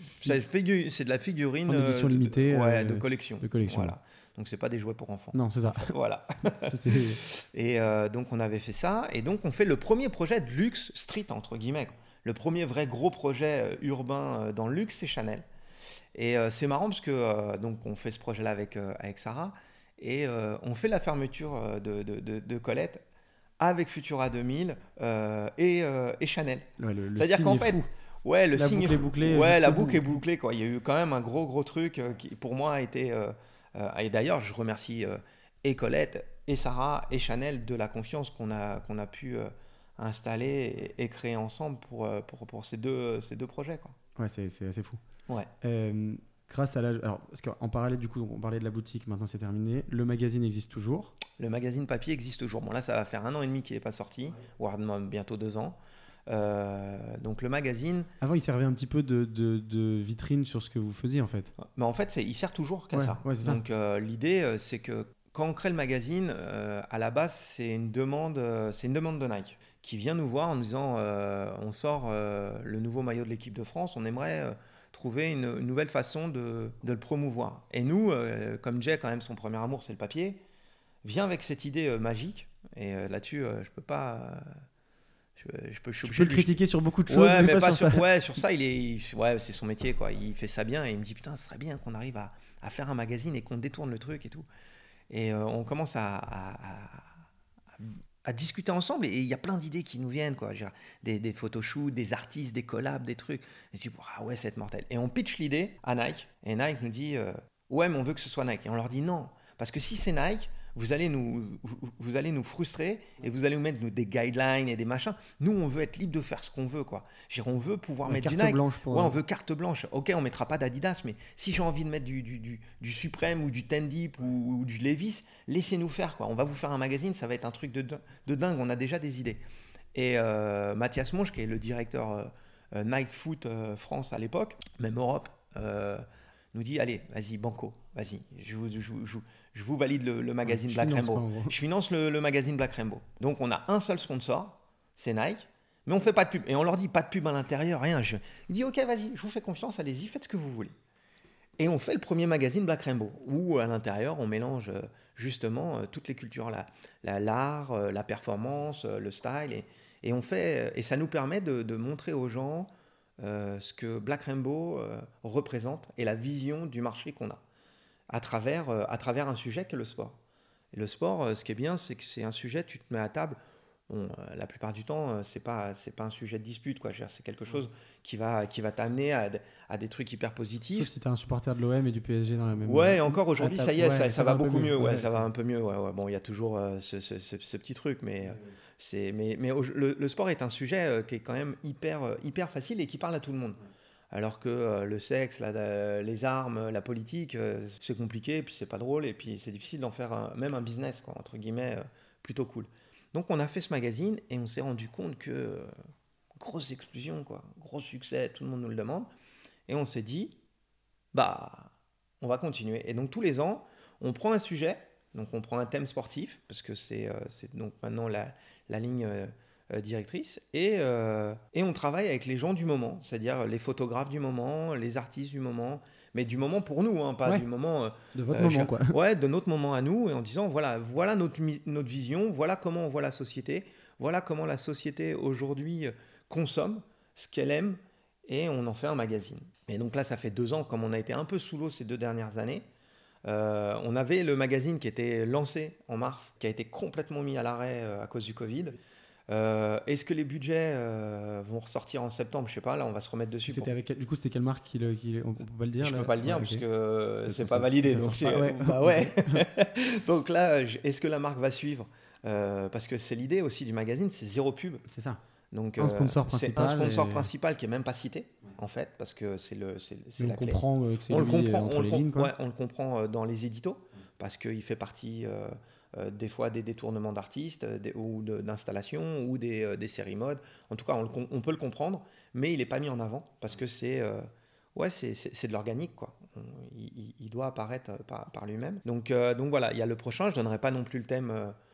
de la figurine... En édition limitée. De collection. De collection. Voilà. Donc c'est pas des jouets pour enfants. Non, c'est ça. Voilà. Ça, et donc on avait fait ça, et donc on fait le premier projet de luxe street, entre guillemets. Le premier vrai gros projet urbain dans le luxe, c'est Chanel. Et c'est marrant parce que donc on fait ce projet-là avec Sarah, et on fait la fermeture de Colette avec Futura 2000 et Chanel. Ouais, c'est-à-dire qu'en fait, ouais, le signe est bouclé. Ouais, la boucle est bouclée, quoi. Il y a eu quand même un gros truc qui pour moi a été et d'ailleurs je remercie et Colette et Sarah et Chanel de la confiance qu'on a pu installer et créer ensemble pour ces deux projets, quoi. Ouais, c'est assez fou. Ouais. Grâce à alors, parce qu'en parallèle, du coup, on parlait de la boutique, maintenant c'est terminé. Le magazine existe toujours. Le magazine papier existe toujours. Bon, là, ça va faire 1 an et demi qu'il n'est pas sorti, voire bientôt 2 ans. Donc le magazine... Avant, il servait un petit peu de vitrine sur ce que vous faisiez, en fait. Mais en fait, il sert toujours qu'à ça. Ouais, c'est donc l'idée, c'est que quand on crée le magazine, à la base, c'est une demande de Nike qui vient nous voir en nous disant on sort le nouveau maillot de l'équipe de France, on aimerait... trouver une nouvelle façon de le promouvoir. Et nous, comme Jay, quand même, son premier amour, c'est le papier, vient avec cette idée magique. Et là-dessus, je peux pas... Je peux le critiquer sur beaucoup de choses, mais pas sur ça. Ouais, sur ça, c'est son métier, quoi. Il fait ça bien, et il me dit, putain, ce serait bien qu'on arrive à faire un magazine et qu'on détourne le truc et tout. Et on commence à discuter ensemble, et il y a plein d'idées qui nous viennent, quoi. Des photoshoots, des artistes, des collabs, des trucs. Et je dis, ah ouais, c'est mortel. Et on pitch l'idée à Nike, et Nike nous dit ouais, mais on veut que ce soit Nike. Et on leur dit non, parce que si c'est Nike, vous allez nous frustrer et vous allez nous mettre des guidelines et des machins. Nous, on veut être libre de faire ce qu'on veut, quoi. On veut pouvoir mettre du Nike. Blanche pour... Ouais, on veut carte blanche. Ok, on mettra pas d'Adidas, mais si j'ai envie de mettre du Supreme ou du Ten Deep ou du Levi's, laissez-nous faire, quoi. On va vous faire un magazine, ça va être un truc de dingue. On a déjà des idées. Et Mathias Monge, qui est le directeur Nike Foot France à l'époque, même Europe, nous dit allez, vas-y, banco, vas-y, je vous valide le magazine Black Rainbow. Je finance le magazine Black Rainbow. Donc on a un seul sponsor, c'est Nike, mais on fait pas de pub. Et on leur dit pas de pub à l'intérieur, rien. Il dit ok, vas-y, je vous fais confiance, allez-y, faites ce que vous voulez. Et on fait le premier magazine Black Rainbow, où à l'intérieur on mélange justement toutes les cultures, l'art, la performance, le style, et ça nous permet de montrer aux gens ce que Black Rainbow représente et la vision du marché qu'on a à travers un sujet qu'est le sport. Et le sport, ce qui est bien, c'est que c'est un sujet, tu te mets à table. Bon, la plupart du temps, c'est pas un sujet de dispute, quoi. C'est quelque chose qui va t'amener à des trucs hyper positifs. Sauf si t'es un supporter de l'OM et du PSG dans la même. Ouais, encore aujourd'hui, ça y est, ça va beaucoup mieux. Ouais, ça va un peu mieux. Ouais. Bon, il y a toujours ce petit truc, mais le sport est un sujet qui est quand même hyper facile et qui parle à tout le monde. Alors que le sexe, les armes, la politique, c'est compliqué, et puis c'est pas drôle, et puis c'est difficile d'en faire même un business, quoi, entre guillemets, plutôt cool. Donc on a fait ce magazine et on s'est rendu compte que grosse explosion, quoi, gros succès, tout le monde nous le demande. Et on s'est dit, on va continuer. Et donc tous les ans, on prend un sujet, donc on prend un thème sportif, parce que c'est donc maintenant la ligne directrice, et on travaille avec les gens du moment, c'est-à-dire les photographes du moment, les artistes du moment, mais du moment pour nous, hein, pas du moment... de votre moment, quoi. Ouais, de notre moment à nous, et en disant, voilà notre vision, voilà comment on voit la société, voilà comment la société aujourd'hui consomme, ce qu'elle aime, et on en fait un magazine. Et donc là, ça fait 2 ans, comme on a été un peu sous l'eau ces 2 dernières années, on avait le magazine qui était lancé en mars, qui a été complètement mis à l'arrêt à cause du Covid. Est-ce que les budgets vont ressortir en septembre? Je sais pas, là on va se remettre dessus. Du coup, c'était quelle marque on peut pas le dire? Je peux pas le dire parce que c'est pas validé. Donc donc là, est-ce que la marque va suivre? Parce que c'est l'idée aussi du magazine, c'est 0 pub. C'est ça. Donc un sponsor principal. C'est un sponsor principal qui est même pas cité en fait, parce que c'est la clé. Que c'est on le comprend entre les lignes, quoi. Ouais, on le comprend dans les éditos parce qu'il fait partie des fois des détournements d'artistes ou d'installations ou des séries mode. En tout cas, on peut le comprendre, mais il n'est pas mis en avant parce que c'est de l'organique, quoi. Il doit apparaître par lui-même. Donc voilà, il y a le prochain. Je donnerai pas non plus le thème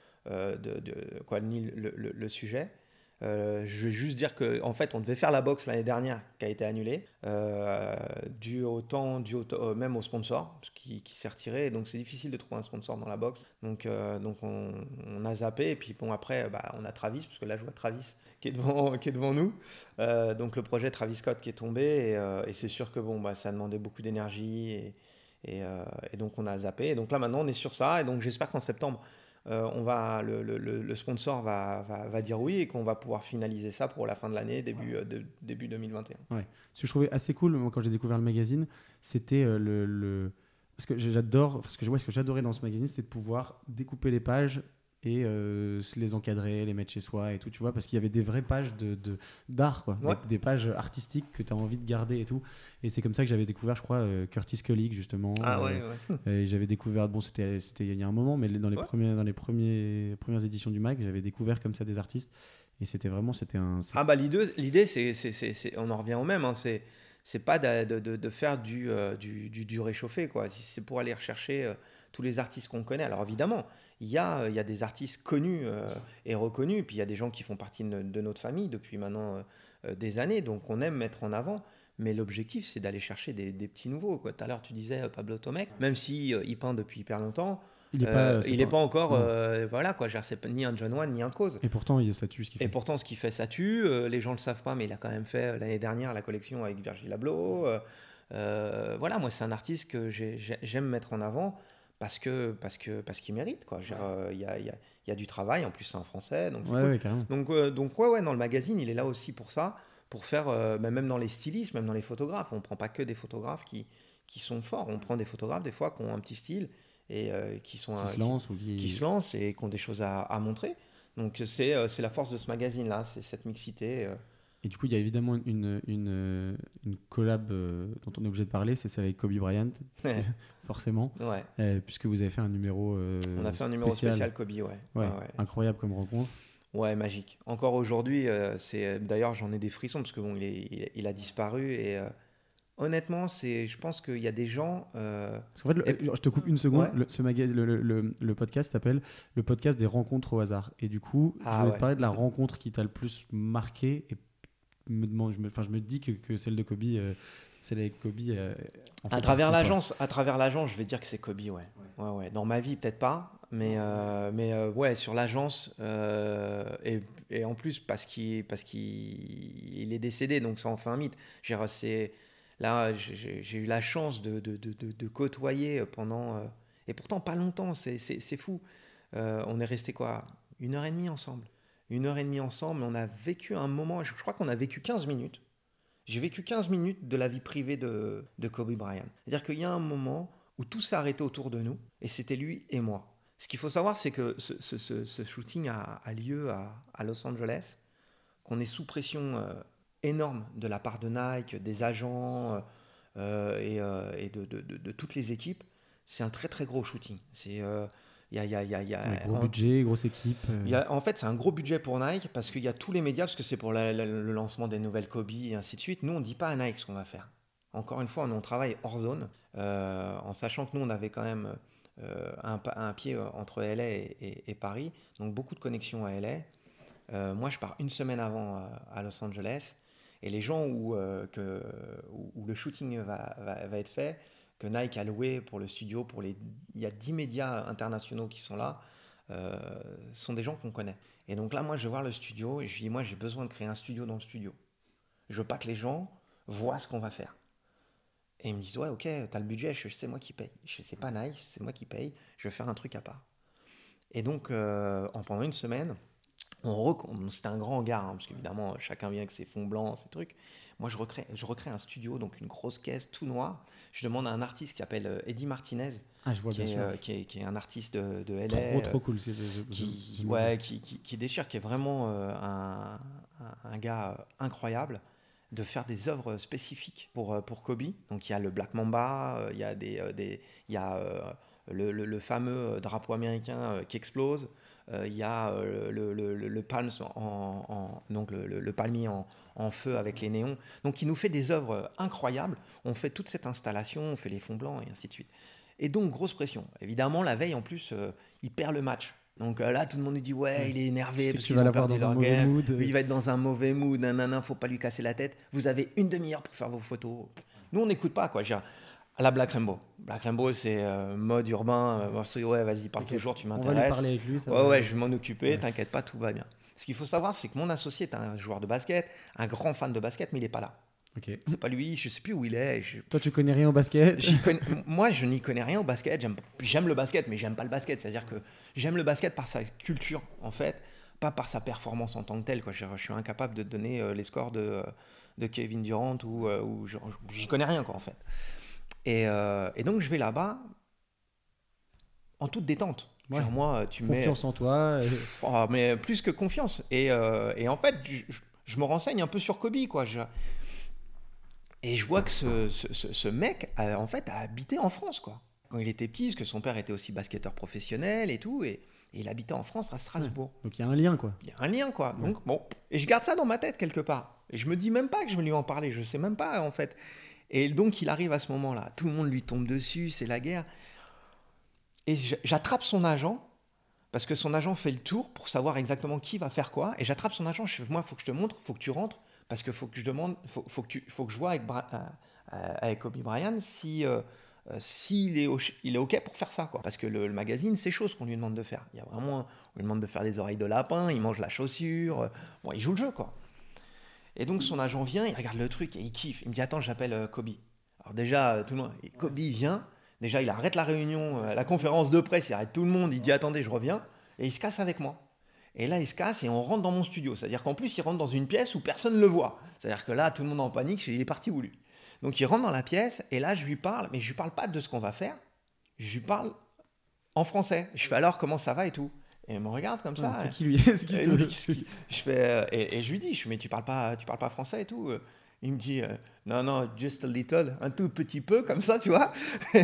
ni le sujet. Je vais juste dire qu'en fait, on devait faire la boxe l'année dernière, qui a été annulée, dû même au sponsor qui s'est retiré. Donc, c'est difficile de trouver un sponsor dans la boxe. Donc on a zappé. Et puis, bon, après, on a Travis, parce que là, je vois Travis qui est devant nous. Donc, le projet Travis Scott qui est tombé. Et c'est sûr que ça a demandé beaucoup d'énergie. Et donc, on a zappé. Et donc, là, maintenant, on est sur ça. Et donc, j'espère qu'en septembre, le sponsor va dire oui et qu'on va pouvoir finaliser ça pour la fin de l'année, début 2021. Ouais. Ce que je trouvais assez cool, moi, quand j'ai découvert le magazine, c'était ce que j'adorais dans ce magazine, c'était de pouvoir découper les pages et se les encadrer, les mettre chez soi et tout, tu vois, parce qu'il y avait des vraies pages d'art, quoi, ouais. des pages artistiques que tu as envie de garder et tout. Et c'est comme ça que j'avais découvert, je crois, Curtis Kulig, justement. Ouais. Et j'avais découvert, c'était il y a un moment, mais dans les premières éditions du mag, j'avais découvert comme ça des artistes. Et c'était vraiment, l'idée, c'est, on en revient au même, hein, c'est pas de faire du réchauffé, quoi. C'est pour aller rechercher tous les artistes qu'on connaît. Alors évidemment, il y a des artistes connus et reconnus, puis il y a des gens qui font partie de notre famille depuis maintenant des années, donc on aime mettre en avant. Mais l'objectif, c'est d'aller chercher des petits nouveaux, quoi. Tout à l'heure, tu disais Pablo Tomek, même si il peint depuis hyper longtemps, il n'est pas encore, voilà, quoi. C'est ni un John Wayne ni un Cause. Et pourtant, ça tue ce qu'il fait. Et pourtant, ce qu'il fait, ça tue. Les gens le savent pas, mais il a quand même fait l'année dernière la collection avec Virgil Abloh. Voilà, moi, c'est un artiste que j'aime mettre en avant parce qu'il mérite, quoi. Il y a du travail. En plus, c'est un Français, donc c'est cool. Carrément. Donc dans le magazine, il est là aussi pour ça, pour faire, même dans les stylistes, même dans les photographes. On prend pas que des photographes qui sont forts. On prend des photographes des fois qui ont un petit style et qui sont qui se lancent qui se lancent et qui ont des choses à montrer. Donc c'est la force de ce magazine-là, c'est cette mixité. Et du coup, il y a évidemment une collab dont on est obligé de parler, c'est celle avec Kobe Bryant, forcément, Ouais. puisque vous avez fait un numéro On a fait un numéro spécial Kobe, ouais. Ouais, incroyable comme rencontre. Ouais, magique. Encore aujourd'hui, d'ailleurs j'en ai des frissons parce que bon, il a disparu et honnêtement, je pense qu'il y a des gens. Parce qu'en fait, je te coupe une seconde. Ouais. Ce magazine, le podcast s'appelle le podcast des rencontres au hasard. Et du coup, je voulais te parler de la rencontre qui t'a le plus marqué. Et je me dis que celle de Kobe, celle avec Kobe. À travers l'agence, je vais dire que c'est Kobe, ouais. Dans ma vie, peut-être pas, mais ouais, sur l'agence et en plus parce qu'il est décédé, donc ça en fait un mythe. Là, j'ai eu la chance de côtoyer pendant et pourtant pas longtemps. C'est fou. On est resté quoi, 1h30 ensemble. 1h30 ensemble. On a vécu un moment. Je crois qu'on a vécu 15 minutes. J'ai vécu 15 minutes de la vie privée de Kobe Bryant. C'est-à-dire qu'il y a un moment où tout s'est arrêté autour de nous, et c'était lui et moi. Ce qu'il faut savoir, c'est que ce shooting a lieu à Los Angeles, qu'on est sous pression énorme de la part de Nike, des agents et de toutes les équipes. C'est un très très gros shooting. Gros budget, grosse équipe. En fait, c'est un gros budget pour Nike parce qu'il y a tous les médias, parce que c'est pour le lancement des nouvelles Kobe et ainsi de suite. Nous, on ne dit pas à Nike ce qu'on va faire. Encore une fois, nous, on travaille hors zone, en sachant que nous, on avait quand même un pied entre LA et Paris, donc beaucoup de connexions à LA. Moi, je pars une semaine avant à Los Angeles, et les gens où le shooting va être fait, que Nike a loué pour le studio, il y a 10 médias internationaux qui sont là, sont des gens qu'on connaît. Et donc là, moi, je vais voir le studio et je dis, moi, j'ai besoin de créer un studio dans le studio. Je veux pas que les gens voient ce qu'on va faire. Et ils me disent, ouais, ok, t'as le budget, c'est moi qui paye. Je sais pas Nike, c'est moi qui paye, je vais faire un truc à part. Et donc, pendant une semaine, c'était un grand hangar, parce qu'évidemment, chacun vient avec ses fonds blancs, ses trucs. Moi, je recrée un studio, donc une grosse caisse, tout noir. Je demande à un artiste qui s'appelle Eddie Martinez, qui est un artiste de LA. Trop cool. Qui déchire, qui est vraiment un gars incroyable, de faire des œuvres spécifiques pour Kobe. Donc, il y a le Black Mamba, il y a le fameux drapeau américain qui explose. Il y a le palms donc le palmier en feu avec les néons. Donc il nous fait des œuvres incroyables. On fait toute cette installation, on fait les fonds blancs et ainsi de suite. Et donc grosse pression. Évidemment la veille en plus il perd le match. Donc là tout le monde lui dit ouais il est énervé parce qu'il va l'avoir dans un mauvais mood. Il va être dans un mauvais mood. Nanana, faut pas lui casser la tête. Vous avez une demi-heure pour faire vos photos. Nous on n'écoute pas quoi. La Black Rainbow. Black Rainbow, c'est mode urbain. Ouais, vas-y, parle toujours, tu m'intéresses. On va lui parler avec lui. Ouais, je vais m'en occuper, t'inquiète pas, tout va bien. Ce qu'il faut savoir, c'est que mon associé est un joueur de basket, un grand fan de basket, mais il n'est pas là. Okay. C'est pas lui, je sais plus où il est. Toi, tu connais rien au basket? Moi, je n'y connais rien au basket. J'aime le basket, mais j'aime pas le basket. C'est-à-dire que j'aime le basket par sa culture, en fait, pas par sa performance en tant que telle. Quoi. Je suis incapable de donner les scores de Kevin Durant ou j'y connais rien, quoi, en fait. Et donc je vais là-bas en toute détente. Ouais. Genre, moi, confiance en toi. Mais plus que confiance. Et en fait, je me renseigne un peu sur Kobe, quoi. Et je vois que ce mec, en fait, a habité en France, quoi. Quand il était petit, parce que son père était aussi basketteur professionnel et tout, et il habitait en France, à Strasbourg. Ouais. Donc il y a un lien, quoi. Il y a un lien, quoi. Ouais. Donc bon, et je garde ça dans ma tête quelque part. Et je me dis même pas que je vais lui en parler. Je sais même pas, en fait. Et donc, il arrive à ce moment-là. Tout le monde lui tombe dessus, c'est la guerre. Et j'attrape son agent, parce que son agent fait le tour pour savoir exactement qui va faire quoi. Et j'attrape son agent, je fais, moi, il faut que je te montre, il faut que tu rentres, parce qu'il faut que je demande, faut que je vois avec Kobe Bryant s'il est OK pour faire ça, quoi. Parce que le magazine, c'est chaud ce qu'on lui demande de faire. Il y a vraiment, on lui demande de faire des oreilles de lapin, il mange la chaussure. Bon, il joue le jeu, quoi. Et donc son agent vient, il regarde le truc et il kiffe. Il me dit attends, j'appelle Kobe. Alors déjà, tout le monde, Kobe vient. Déjà, il arrête la réunion, la conférence de presse, il arrête tout le monde. Il dit attendez, je reviens. Et il se casse avec moi. Et là, il se casse et on rentre dans mon studio. C'est-à-dire qu'en plus, il rentre dans une pièce où personne ne le voit. C'est-à-dire que là, tout le monde est en panique. Il est parti où lui? Donc il rentre dans la pièce et là, je lui parle, mais je lui parle pas de ce qu'on va faire. Je lui parle en français. Je fais alors comment ça va et tout. Et il me regarde comme ça. C'est qui lui? C'est qui Et ce- lui, je fais, et je lui dis, mais tu parles pas français et tout. Il me dit, non, just a little, un tout petit peu comme ça, tu vois.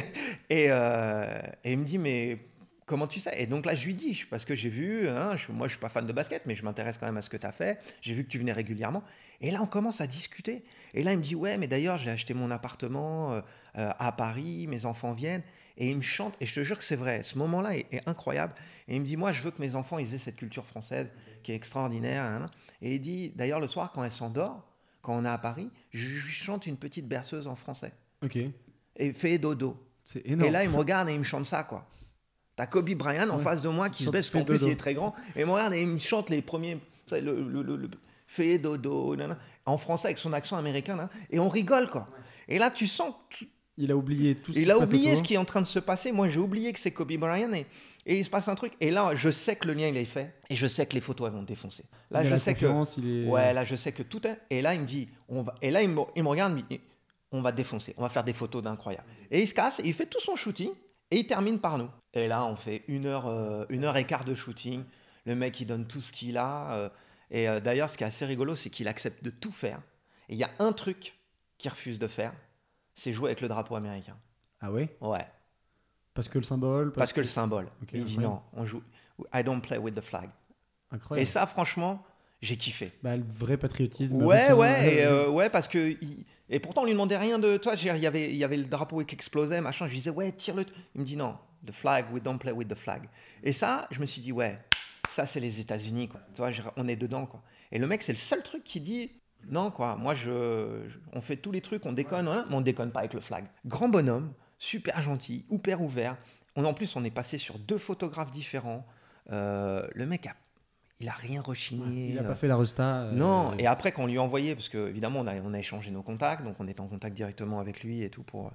Et il me dit, mais comment tu sais? Et donc là, je lui dis, parce que j'ai vu, hein, moi je suis pas fan de basket, mais je m'intéresse quand même à ce que tu as fait. J'ai vu que tu venais régulièrement. Et là, on commence à discuter. Et là, il me dit, ouais, mais d'ailleurs, j'ai acheté mon appartement à Paris, mes enfants viennent. Et il me chante, et je te jure que c'est vrai, ce moment-là est incroyable. Et il me dit, moi, je veux que mes enfants ils aient cette culture française qui est extraordinaire. Hein. Et il dit, d'ailleurs, le soir, quand elle s'endort, quand on est à Paris, je lui chante une petite berceuse en français. Ok, Et fais dodo. c'est Et énorme. là, il me regarde et il me chante ça, quoi. T'as Kobe Bryant en Ouais. face de moi qui se Chante baisse, Fais en plus, dodo. il est très grand. Et il me regarde et il me chante les premiers. Tu sais, fais dodo, nanana, en français avec son accent américain. Là, et on rigole, quoi. Et là, tu sens. Il a oublié tout ce qui Il se a passe oublié autour. ce qui est en train de se passer. Moi, j'ai oublié que c'est Kobe Bryant et il se passe un truc. Et là, je sais que le lien, il est fait. Et je sais que les photos, elles vont défoncer. Là, Il a je la sais que. confiance, il est... Ouais, là, je sais que tout est. Et là, il me dit. On va... Et là, il me regarde. On va défoncer. On va faire des photos d'incroyables. Et il se casse. Il fait tout son shooting. Et il termine par nous. Et là, on fait 1 heure et quart de shooting. Le mec, il donne tout ce qu'il a. D'ailleurs, ce qui est assez rigolo, c'est qu'il accepte de tout faire. Et il y a un truc qu'il refuse de faire. C'est jouer avec le drapeau américain. Ah ouais? Ouais. Parce que le symbole? Parce que le symbole. Ok, Il dit incroyable. non, on joue. I don't play with the flag. Incroyable. Et ça, franchement, j'ai kiffé. Bah, le vrai patriotisme. Ouais, ricain, ouais, parce que. Et pourtant, on lui demandait rien de. Toi, il y avait le drapeau qui explosait, machin. Je disais, ouais, tire-le. Il me dit non, the flag, we don't play with the flag. Et ça, je me suis dit, ouais, ça, c'est les États-Unis, quoi. Tu vois, on est dedans, quoi. Et le mec, c'est le seul truc qui dit. Non, quoi, moi, on fait tous les trucs, on déconne, hein, mais on déconne pas avec le flag. Grand bonhomme, super gentil, hyper ouvert. En plus, on est passé sur 2 photographes différents. Le mec, il a rien rechigné. Il n'a pas fait la resta. Non, et après, quand on lui a envoyé, parce qu'évidemment, on a échangé nos contacts, donc on est en contact directement avec lui et tout pour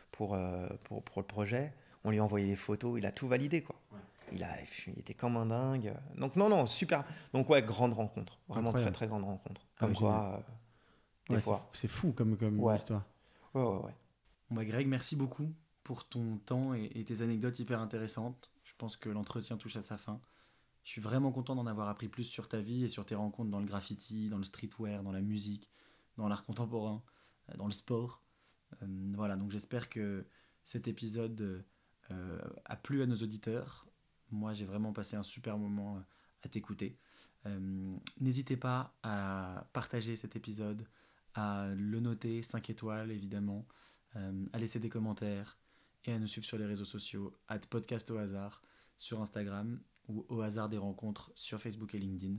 le projet. On lui a envoyé les photos, il a tout validé, quoi. Ouais. Il était comme un dingue. Donc, non, super. Donc, ouais, grande rencontre. Vraiment Incroyable. très, très grande rencontre. Ah, Comme quoi, des Ouais, fois. c'est fou comme Ouais. histoire. Ouais. Bon, bah, Greg, merci beaucoup pour ton temps et tes anecdotes hyper intéressantes. Je pense que l'entretien touche à sa fin. Je suis vraiment content d'en avoir appris plus sur ta vie et sur tes rencontres dans le graffiti, dans le streetwear, dans la musique, dans l'art contemporain, dans le sport. Voilà, donc j'espère que cet épisode a plu à nos auditeurs. Moi, j'ai vraiment passé un super moment à t'écouter. N'hésitez pas à partager cet épisode, à le noter 5 étoiles évidemment, à laisser des commentaires et à nous suivre sur les réseaux sociaux @podcastohasard sur Instagram ou au hasard des rencontres sur Facebook et LinkedIn,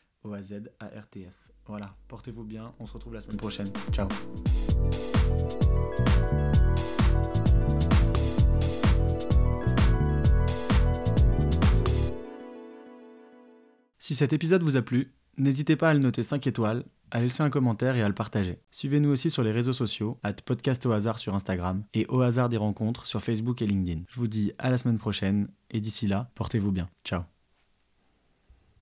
OAZARTS. Voilà, portez-vous bien, on se retrouve la semaine prochaine. Ciao. Si cet épisode vous a plu, n'hésitez pas à le noter 5 étoiles, à laisser un commentaire et à le partager. Suivez-nous aussi sur les réseaux sociaux, @podcastohasard sur Instagram et au hasard des rencontres sur Facebook et LinkedIn. Je vous dis à la semaine prochaine et d'ici là, portez-vous bien. Ciao.